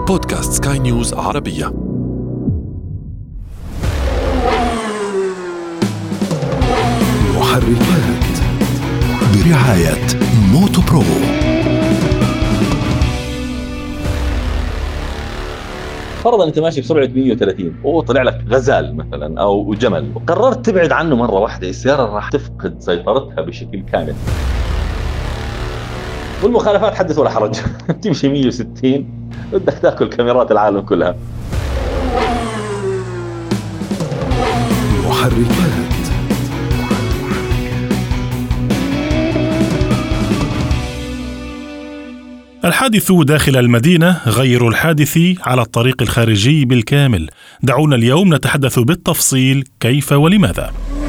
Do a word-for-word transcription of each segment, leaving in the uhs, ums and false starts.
بودكاست سكاي نيوز عربية. محركات برعاية موتو برو. فرضا انت ماشي بسرعه مية وثلاثين وطلع لك غزال مثلا او جمل وقررت تبعد عنه مره واحده، السياره راح تفقد سيطرتها بشكل كامل. والمخالفات حدث ولا حرج. تمشي مية وستين بدك تاكل كاميرات العالم كلها. محركات الحادث داخل المدينة غير الحادث على الطريق الخارجي بالكامل. دعونا اليوم نتحدث بالتفصيل كيف ولماذا.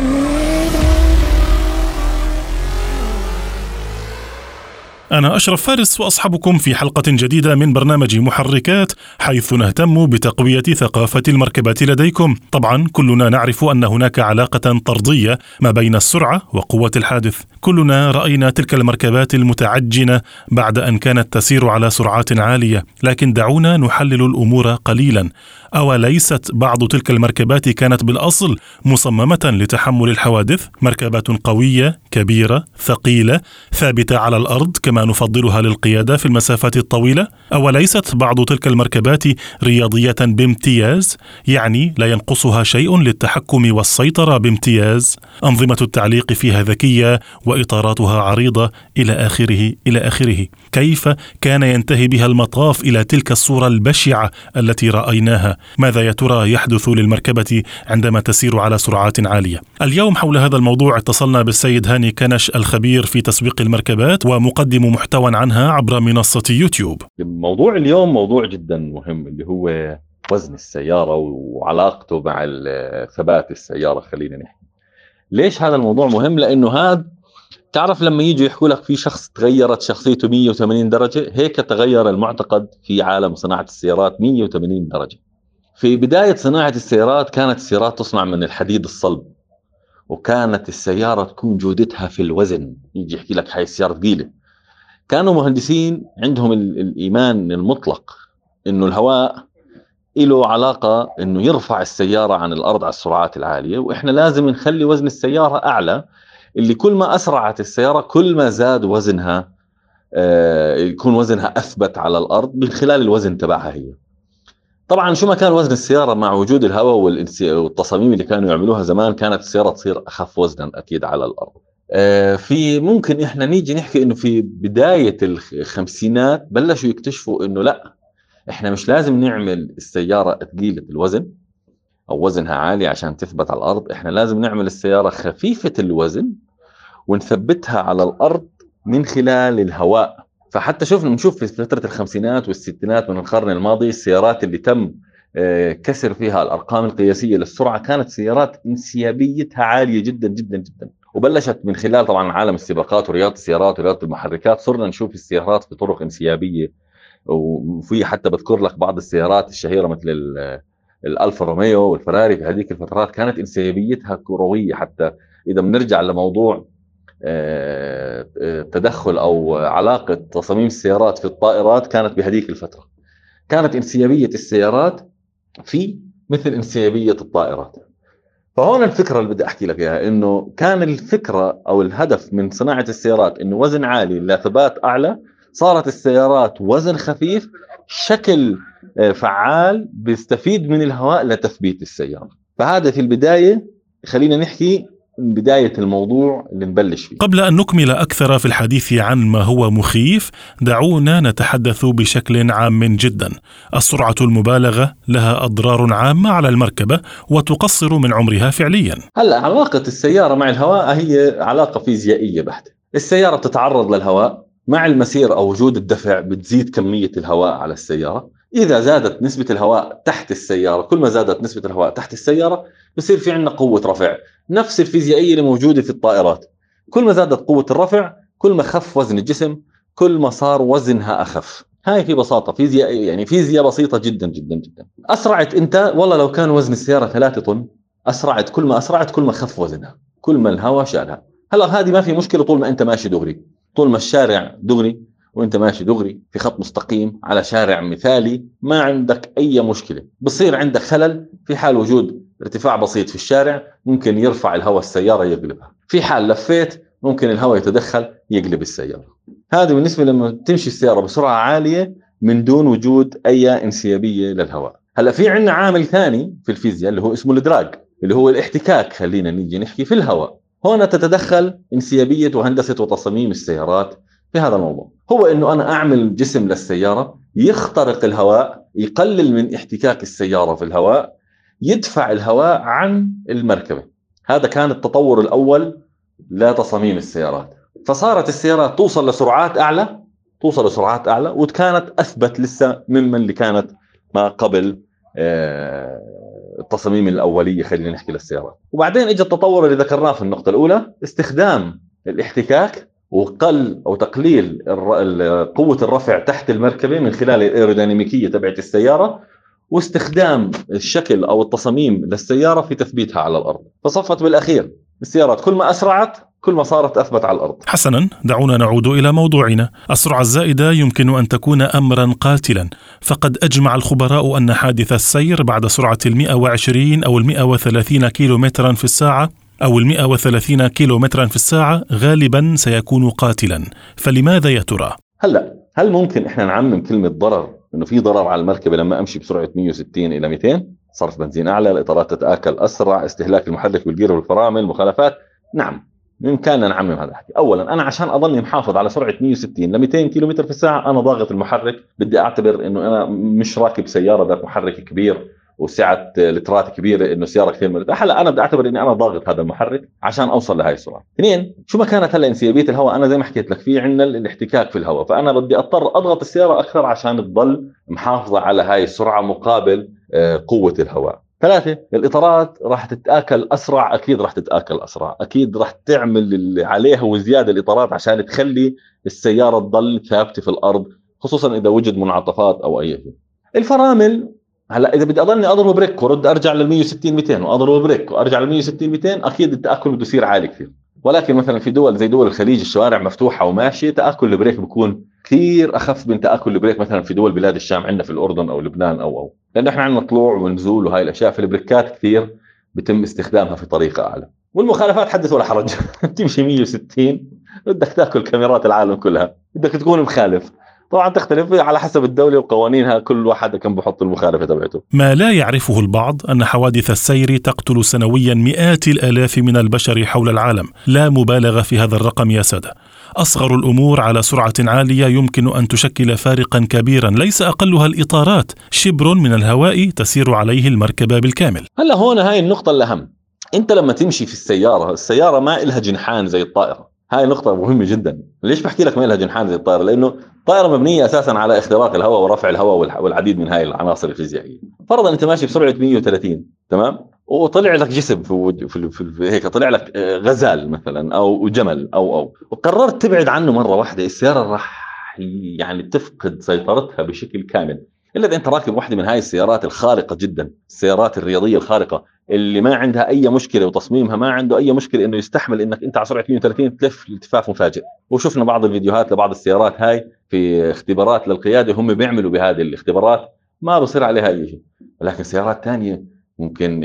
أنا أشرف فارس وأصحبكم في حلقة جديدة من برنامج محركات، حيث نهتم بتقوية ثقافة المركبات لديكم. طبعا كلنا نعرف أن هناك علاقة طردية ما بين السرعة وقوة الحادث. كلنا رأينا تلك المركبات المتعجنة بعد أن كانت تسير على سرعات عالية، لكن دعونا نحلل الأمور قليلا. أوليست بعض تلك المركبات كانت بالأصل مصممة لتحمل الحوادث؟ مركبات قوية كبيرة ثقيلة ثابتة على الأرض كما نفضلها للقيادة في المسافات الطويلة؟ أوليست بعض تلك المركبات رياضية بامتياز، يعني لا ينقصها شيء للتحكم والسيطرة بامتياز؟ أنظمة التعليق فيها ذكية وإطاراتها عريضة إلى آخره إلى آخره. كيف كان ينتهي بها المطاف إلى تلك الصورة البشعة التي رأيناها؟ ماذا يا ترى يحدث للمركبة عندما تسير على سرعات عالية؟ اليوم حول هذا الموضوع اتصلنا بالسيد هاني كنش الخبير في تسويق المركبات ومقدم محتوى عنها عبر منصة يوتيوب. موضوع اليوم موضوع جدا مهم، اللي هو وزن السيارة وعلاقته مع ثبات السيارة. خلينا نحكي ليش هذا الموضوع مهم. لأنه هذا تعرف لما يجوا يحكوا لك في شخص تغيرت شخصيته مية وثمانين درجة، هيك تغير المعتقد في عالم صناعة السيارات مية وثمانين درجة. في بداية صناعة السيارات كانت السيارات تصنع من الحديد الصلب، وكانت السيارة تكون جودتها في الوزن. يجي يحكي لك هاي السيارة ثقيلة. كانوا مهندسين عندهم الإيمان المطلق إنه الهواء له علاقة إنه يرفع السيارة عن الأرض على السرعات العالية، وإحنا لازم نخلي وزن السيارة أعلى. اللي كل ما أسرعت السيارة كل ما زاد وزنها، آه يكون وزنها أثبت على الأرض من خلال الوزن تبعها هي. طبعا شو ما كان وزن السيارة مع وجود الهواء والتصاميم اللي كانوا يعملوها زمان، كانت السيارة تصير أخف وزنا أكيد على الأرض. آه في ممكن إحنا نيجي نحكي إنه في بداية الخمسينات بلشوا يكتشفوا إنه لا، إحنا مش لازم نعمل السيارة ثقيلة الوزن أو وزنها عالي عشان تثبت على الأرض. إحنا لازم نعمل السيارة خفيفة الوزن ونثبتها على الأرض من خلال الهواء. فحتى شوفنا نشوف في فترة الخمسينات والستينات من القرن الماضي السيارات اللي تم كسر فيها الأرقام القياسية للسرعة كانت سيارات انسيابيتها عالية جدا جدا جدا. وبلشت من خلال طبعا عالم السباقات ورياضة السيارات ورياضة المحركات صرنا نشوف السيارات في طرق انسيابية. وفي حتى بذكر لك بعض السيارات الشهيرة مثل الألفا روميو والفراري في هذيك الفترات كانت انسيابيتها كروية. حتى إذا بنرجع لموضوع تدخل أو علاقة تصاميم السيارات في الطائرات كانت بهذيك الفترة، كانت انسيابية السيارات في مثل انسيابية الطائرات. فهون الفكرة اللي بدي أحكي لك إياها، إنه كان الفكرة أو الهدف من صناعة السيارات إنه وزن عالي لثبات أعلى. صارت السيارات وزن خفيف، شكل فعال بيستفيد من الهواء لتثبيت السيارة. فهذا في البداية خلينا نحكي بداية الموضوع اللي نبلش فيه. قبل أن نكمل أكثر في الحديث عن ما هو مخيف، دعونا نتحدث بشكل عام جدا. السرعة المبالغة لها أضرار عامة على المركبة وتقصر من عمرها فعليا. هلأ علاقة السيارة مع الهواء هي علاقة فيزيائية بحتة. السيارة بتتعرض للهواء، مع المسير أو وجود الدفع بتزيد كمية الهواء على السيارة. إذا زادت نسبة الهواء تحت السيارة، كل ما زادت نسبة الهواء تحت السيارة بصير في عندنا قوة رفع، نفس الفيزيائية اللي موجودة في الطائرات. كل ما زادت قوة الرفع كل ما خف وزن الجسم، كل ما صار وزنها أخف. هاي في بساطة فيزيائية، يعني فيزياء بسيطة جدا جدا جدا. أسرعت أنت والله لو كان وزن السيارة ثلاثة طن، أسرعت كل ما أسرعت كل ما خف وزنها، كل ما الهواء شالها. هلا هذه ما في مشكلة طول ما أنت ماشي دغري، طول ما الشارع دغري وانت ماشي دغري في خط مستقيم على شارع مثالي ما عندك اي مشكله. بصير عندك خلل في حال وجود ارتفاع بسيط في الشارع ممكن يرفع الهواء السياره يقلبها، في حال لفيت ممكن الهواء يتدخل يقلب السياره. هذا بالنسبه لما تمشي السياره بسرعه عاليه من دون وجود اي انسيابيه للهواء. هلا في عندنا عامل ثاني في الفيزياء اللي هو اسمه الادراج، اللي هو الاحتكاك. خلينا نيجي نحكي في الهواء. هنا تتدخل انسيابيه وهندسه وتصميم السيارات في هذا الموضوع. هو انه انا اعمل جسم للسياره يخترق الهواء، يقلل من احتكاك السياره في الهواء، يدفع الهواء عن المركبه. هذا كان التطور الاول لتصاميم السيارات. فصارت السيارات توصل لسرعات اعلى توصل لسرعات اعلى وكانت اثبت لسه ممن اللي كانت ما قبل التصاميم الاوليه خلينا نحكي للسيارات. وبعدين اجى التطور اللي ذكرناه في النقطه الاولى، استخدام الاحتكاك وقل او تقليل قوه الرفع تحت المركبه من خلال الايروديناميكيه تبعت السياره، واستخدام الشكل او التصاميم للسياره في تثبيتها على الارض. فصفت بالاخير السيارات كل ما اسرعت كل ما صارت أثبت على الأرض. حسنا، دعونا نعود إلى موضوعنا. السرعة الزائدة يمكن أن تكون أمرا قاتلا، فقد أجمع الخبراء أن حادث السير بعد سرعة المئة وعشرين أو المئة وثلاثين كيلومترا في الساعة أو المئة وثلاثين كيلومترا في الساعة غالبا سيكون قاتلا. فلماذا يا ترى؟ هلأ هل ممكن إحنا نعمم كلمة ضرر إنه في ضرر على المركبة لما أمشي بسرعة مئة وستين إلى مئتين؟ صرف بنزين أعلى، الإطارات تتآكل أسرع، استهلاك المحرك والجير والفرامل، مخالفات. نعم بإمكاننا نعمم هذا الحكي. أولا أنا عشان أضلني محافظ على سرعة مئة وستين ل مئتين كيلومتر في الساعة أنا ضاغط المحرك. بدي أعتبر إنه أنا مش راكب سيارة ذات محرك كبير وسعة لترات كبيرة إنه سيارة كثير مرتاحة. هلا أنا بدي أعتبر إني أنا ضاغط هذا المحرك عشان أوصل لهاي السرعة. اثنين، شو ما كانت هلا انسيابية الهواء، أنا زي ما حكيت لك في عندنا الاحتكاك في الهواء، فأنا بدي أضطر أضغط السيارة أكثر عشان تضل محافظة على هاي السرعة مقابل قوة الهواء. ثلاثة، الإطارات راح تتآكل أسرع، أكيد راح تتآكل أسرع، أكيد راح تعمل اللي عليها وزيادة الإطارات عشان تخلي السيارة تضل ثابتة في الأرض، خصوصا إذا وجد منعطفات أو أي شيء. الفرامل، هلا إذا بدي أضلني أضرب بريك ورد أرجع لل مئة وستين مئتين وأضرب بريك وأرجع لل مئة وستين مئتين، أكيد التآكل بده يصير عالي كثير. ولكن مثلا في دول زي دول الخليج الشوارع مفتوحة وماشية، تآكل البريك بيكون كثير أخف من تآكل البريك مثلا في دول بلاد الشام عندنا في الأردن أو لبنان أو أو لأنه إحنا عندنا طلوع ونزول وهاي الأشياء، في البريكات كثير بتم استخدامها في طريقة أعلى. والمخالفات حدث ولا حرج تمشي مئة وستين بدك تأكل كاميرات العالم كلها، بدك تكون مخالف. طبعا تختلف على حسب الدولة وقوانينها، كل واحد كان بحط المخالفة تبعته. ما لا يعرفه البعض أن حوادث السير تقتل سنويا مئات الآلاف من البشر حول العالم. لا مبالغة في هذا الرقم يا سادة. أصغر الأمور على سرعة عالية يمكن أن تشكل فارقا كبيرا، ليس أقلها الإطارات، شبر من الهواء تسير عليه المركبة بالكامل. هلا هون هاي النقطة الأهم. أنت لما تمشي في السيارة، السيارة ما إلها جنحان زي الطائرة. هاي نقطة مهمة جدا. ليش بحكي لك ما لها جنحان زي الطائرة؟ لأنه الطائرة مبنية أساسا على اختراق الهواء ورفع الهواء والعديد من هاي العناصر الفيزيائية. فرضا أنت ماشي بسرعة مئة وثلاثين، تمام، وطلع لك جسم في, في, في, في هيك، طلع لك غزال مثلا أو جمل أو أو وقررت تبعد عنه مرة واحدة، السيارة راح يعني تفقد سيطرتها بشكل كامل. إلا إذا أنت راكب واحدة من هاي السيارات الخارقة جدا، السيارات الرياضية الخارقة اللي ما عندها أي مشكلة وتصميمها ما عنده أي مشكلة إنه يستحمل إنك أنت على سرعة مئة وثلاثين تلف التفاف مفاجئ. وشفنا بعض الفيديوهات لبعض السيارات هاي في اختبارات للقيادة، هم بيعملوا بهذه الاختبارات ما بصير عليها أي شيء. ولكن سيارات تانية ممكن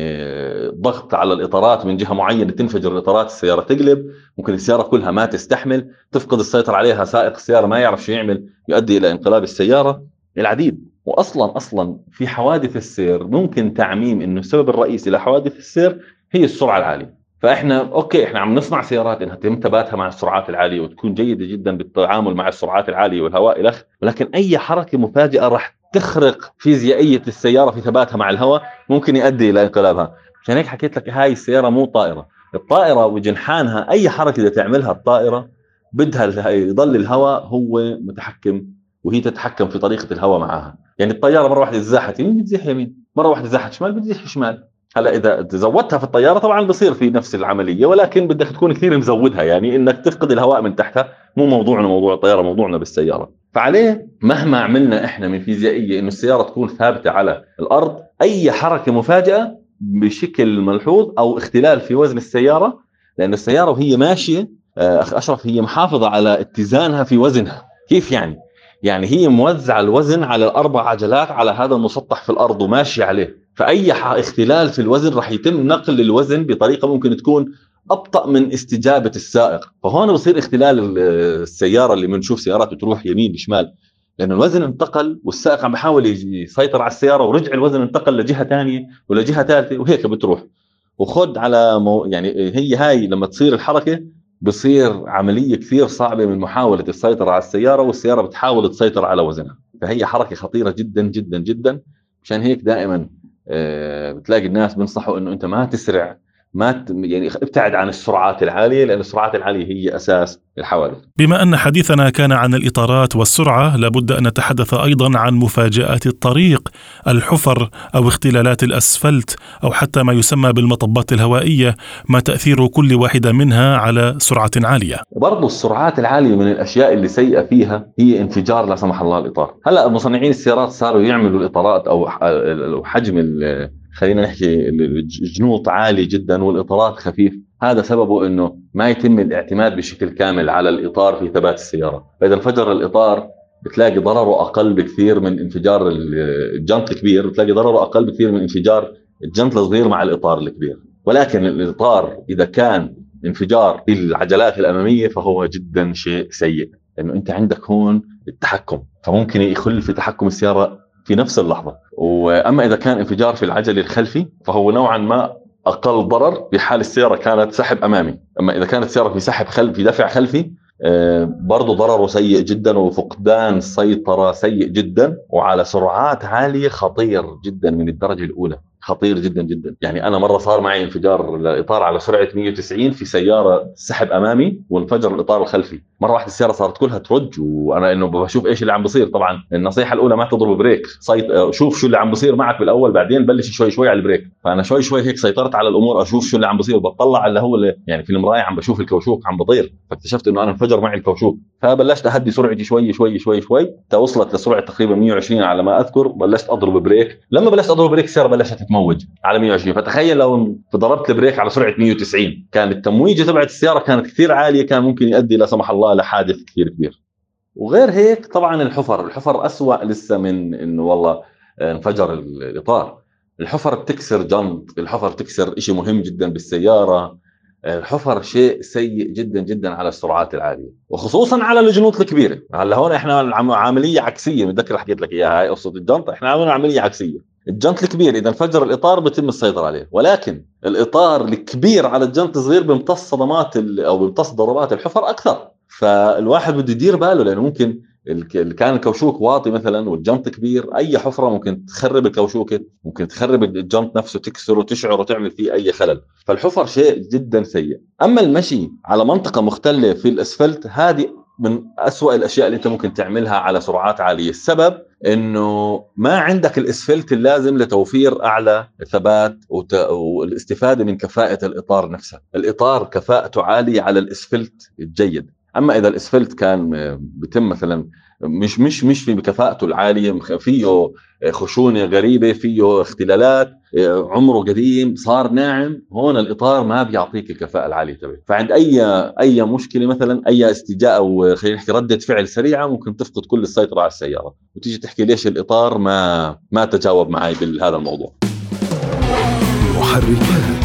ضغط على الإطارات من جهة معينة تنفجر الإطارات، السيارة تقلب، ممكن السيارة كلها ما تستحمل، تفقد السيطرة عليها، سائق السيارة ما يعرف شو يعمل، يؤدي إلى انقلاب السيارة، العديد. واصلا اصلا في حوادث السير ممكن تعميم انه السبب الرئيسي لحوادث السير هي السرعه العاليه. فاحنا اوكي احنا عم نصنع سيارات انها تتم ثباتها مع السرعات العاليه وتكون جيده جدا بالتعامل مع السرعات العاليه والهواء الخ، ولكن اي حركه مفاجئه راح تخرق فيزيائيه السياره في ثباتها مع الهواء، ممكن يؤدي الى انقلابها. عشان هيك حكيت لك هاي السياره مو طائره. الطائره وجنحانها اي حركه اللي تعملها الطائره بدها يضل الهواء هو متحكم وهي تتحكم في طريقه الهواء معها. يعني الطياره مره واحده تزحت يمين بتزيح يمين، مره واحده تزحت شمال بتزيح شمال. هلا اذا زودتها في الطياره طبعا بصير في نفس العمليه، ولكن بدك تكون كثير مزودها، يعني انك تفقد الهواء من تحتها. مو موضوعنا موضوع الطياره، موضوعنا بالسياره. فعليه مهما عملنا احنا من فيزيائيه انه السياره تكون ثابته على الارض، اي حركه مفاجئه بشكل ملحوظ او اختلال في وزن السياره، لان السياره وهي ماشيه اخ اشرف هي محافظه على اتزانها في وزنها. كيف يعني؟ يعني هي موزعة الوزن على الأربع عجلات على هذا المسطح في الأرض وماشي عليه، فأي اختلال في الوزن رح يتم نقل الوزن بطريقة ممكن تكون أبطأ من استجابة السائق. فهون بصير اختلال السيارة اللي بنشوف سيارات بتروح يمين بشمال، لأن الوزن انتقل والسائق عم بحاول يسيطر على السيارة ورجع الوزن انتقل لجهة تانية ولا جهة ثالثة وهيك بتروح. وخد على مو يعني هي هاي لما تصير الحركة بصير عملية كثير صعبة من محاولة السيطرة على السيارة، والسيارة بتحاول تسيطر على وزنها. فهي حركة خطيرة جدا جدا جدا. مشان هيك دائما بتلاقي الناس بنصحوا انه انت ما تسرع، ما يعني ابتعد عن السرعات العالية، لأن السرعات العالية هي أساس الحوادث. بما أن حديثنا كان عن الإطارات والسرعة، لابد أن نتحدث أيضا عن مفاجآت الطريق، الحفر أو اختلالات الأسفلت أو حتى ما يسمى بالمطبات الهوائية. ما تأثير كل واحدة منها على سرعة عالية؟ برضو السرعات العالية من الأشياء اللي سيئة فيها هي انفجار لا سمح الله الإطار. هلأ مصنعين السيارات صاروا يعملوا الإطارات أو حجم خلينا نحكي الجنوط عالي جدا والإطارات خفيف. هذا سببه أنه ما يتم الاعتماد بشكل كامل على الإطار في ثبات السيارة. فإذا انفجر الإطار بتلاقي ضرره أقل بكثير من انفجار الجنط الكبير، بتلاقي ضرره أقل بكثير من انفجار الجنط الصغير مع الإطار الكبير. ولكن الإطار إذا كان انفجار في العجلات الأمامية فهو جدا شيء سيء، لأنه أنت عندك هون التحكم، فممكن يخل في تحكم السيارة في نفس اللحظة. وأما إذا كان انفجار في العجل الخلفي فهو نوعا ما أقل ضرر في حال السيارة كانت سحب أمامي. أما إذا كانت السيارة في سحب خلفي في دفع خلفي برضو ضرره سيء جدا، وفقدان السيطرة سيء جدا، وعلى سرعات عالية خطير جدا من الدرجة الأولى، خطير جدا جدا. يعني أنا مرة صار معي انفجار الإطار على سرعة مية وتسعين في سيارة سحب أمامي وانفجر الإطار الخلفي. مرة واحدة السيارة صارت كلها ترج، وأنا إنه بشوف إيش اللي عم بصير. طبعا النصيحة الأولى ما تضرب بريك، سيط... شوف شو اللي عم بصير معك بالأول، بعدين بلش شوي شوي على البريك. فأنا شوي شوي هيك سيطرت على الأمور، أشوف شو اللي عم بصير، وبطلع اللي هو اللي يعني في المراية عم بشوف الكوشوك عم بطير، فاكتشفت إنه أنا انفجر معي الكوشوك. فبلشت أهدي سرعتي شوي شوي شوي شوي توصلت لسرعة تقريبا مية وعشرين على ما أذكر. بلشت أضرب بريك، لما بلشت أضرب بريك السيارة بلشت تتموج على مية وعشرين. فتخيل لو ضربت البريك على سرعة مية وتسعين كان التمويجة تبعت السيارة كانت كثير عالية، كان ممكن يؤدي لا سمح الله لحادث كثير كبير. وغير هيك طبعا الحفر الحفر أسوأ لسه من إنه والله انفجر الإطار. الحفر بتكسر جنط، الحفر بتكسر إشي مهم جدا بالسيارة. الحفر شيء سيء جدا جدا على السرعات العالية، وخصوصا على الجنوط الكبيرة. هلا هون احنا عملية عكسية، متذكر حكيت لك اياها هاي قصة الجنط. احنا عملنا عملية عكسية، الجنط الكبير اذا انفجر الاطار بتم السيطرة عليه، ولكن الاطار الكبير على الجنط الصغير بيمتص صدمات او بيمتص ضربات الحفر اكثر. فالواحد بده يدير باله، لانه ممكن اللي كان الكوشوك واطي مثلا والجنط كبير، اي حفرة ممكن تخرب الكوشوكة، ممكن تخرب الجنط نفسه، تكسره وتشعر وتعمل فيه اي خلل. فالحفر شيء جدا سيء. اما المشي على منطقة مختلة في الاسفلت هذه من أسوأ الاشياء اللي انت ممكن تعملها على سرعات عالية. السبب انه ما عندك الاسفلت اللازم لتوفير اعلى ثبات وت... والاستفادة من كفاءة الاطار نفسها. الاطار كفاءته عالية على الاسفلت الجيد. اما اذا الاسفلت كان بتم مثلا مش مش مش في كفاءته العاليه، فيه خشونه غريبه، فيه اختلالات، عمره قديم، صار ناعم، هون الاطار ما بيعطيك الكفاءه العاليه تبعه. فعند اي اي مشكله مثلا اي استجاء او خلينا نحكي رده فعل سريعه ممكن تفقد كل السيطره على السياره، وتيجي تحكي ليش الاطار ما ما تجاوب معي بهذا الموضوع. محركات.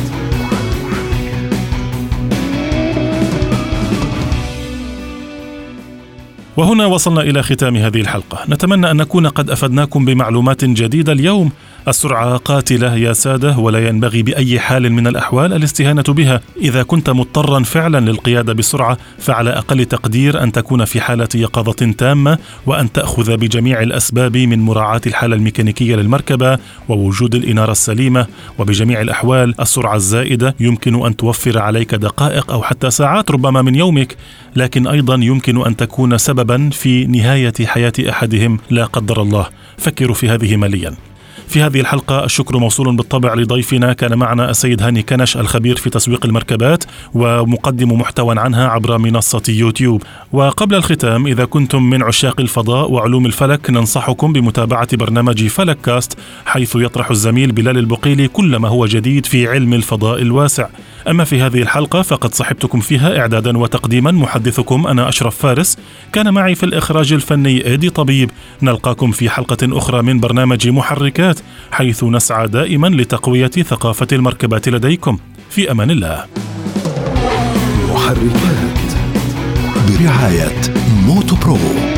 وهنا وصلنا إلى ختام هذه الحلقة. نتمنى أن نكون قد أفدناكم بمعلومات جديدة اليوم. السرعة قاتلة يا سادة، ولا ينبغي بأي حال من الأحوال الاستهانة بها. إذا كنت مضطرا فعلا للقيادة بسرعة فعلى أقل تقدير أن تكون في حالة يقظة تامة، وأن تأخذ بجميع الأسباب من مراعاة الحالة الميكانيكية للمركبة ووجود الإنارة السليمة. وبجميع الأحوال السرعة الزائدة يمكن أن توفر عليك دقائق أو حتى ساعات ربما من يومك، لكن أيضا يمكن أن تكون سببا في نهاية حياة أحدهم لا قدر الله. فكروا في هذه ماليا. في هذه الحلقة الشكر موصول بالطبع لضيفنا، كان معنا السيد هاني كنش الخبير في تسويق المركبات ومقدم محتوى عنها عبر منصة يوتيوب. وقبل الختام، إذا كنتم من عشاق الفضاء وعلوم الفلك ننصحكم بمتابعة برنامج فلك كاست، حيث يطرح الزميل بلال البقيلي كل ما هو جديد في علم الفضاء الواسع. أما في هذه الحلقة فقد صحبتكم فيها إعدادا وتقديما محدثكم أنا أشرف فارس، كان معي في الإخراج الفني إيدي طبيب. نلقاكم في حلقة أخرى من برنامج محركات، حيث نسعى دائما لتقوية ثقافة المركبات لديكم. في أمان الله. محركات برعاية موتو برو.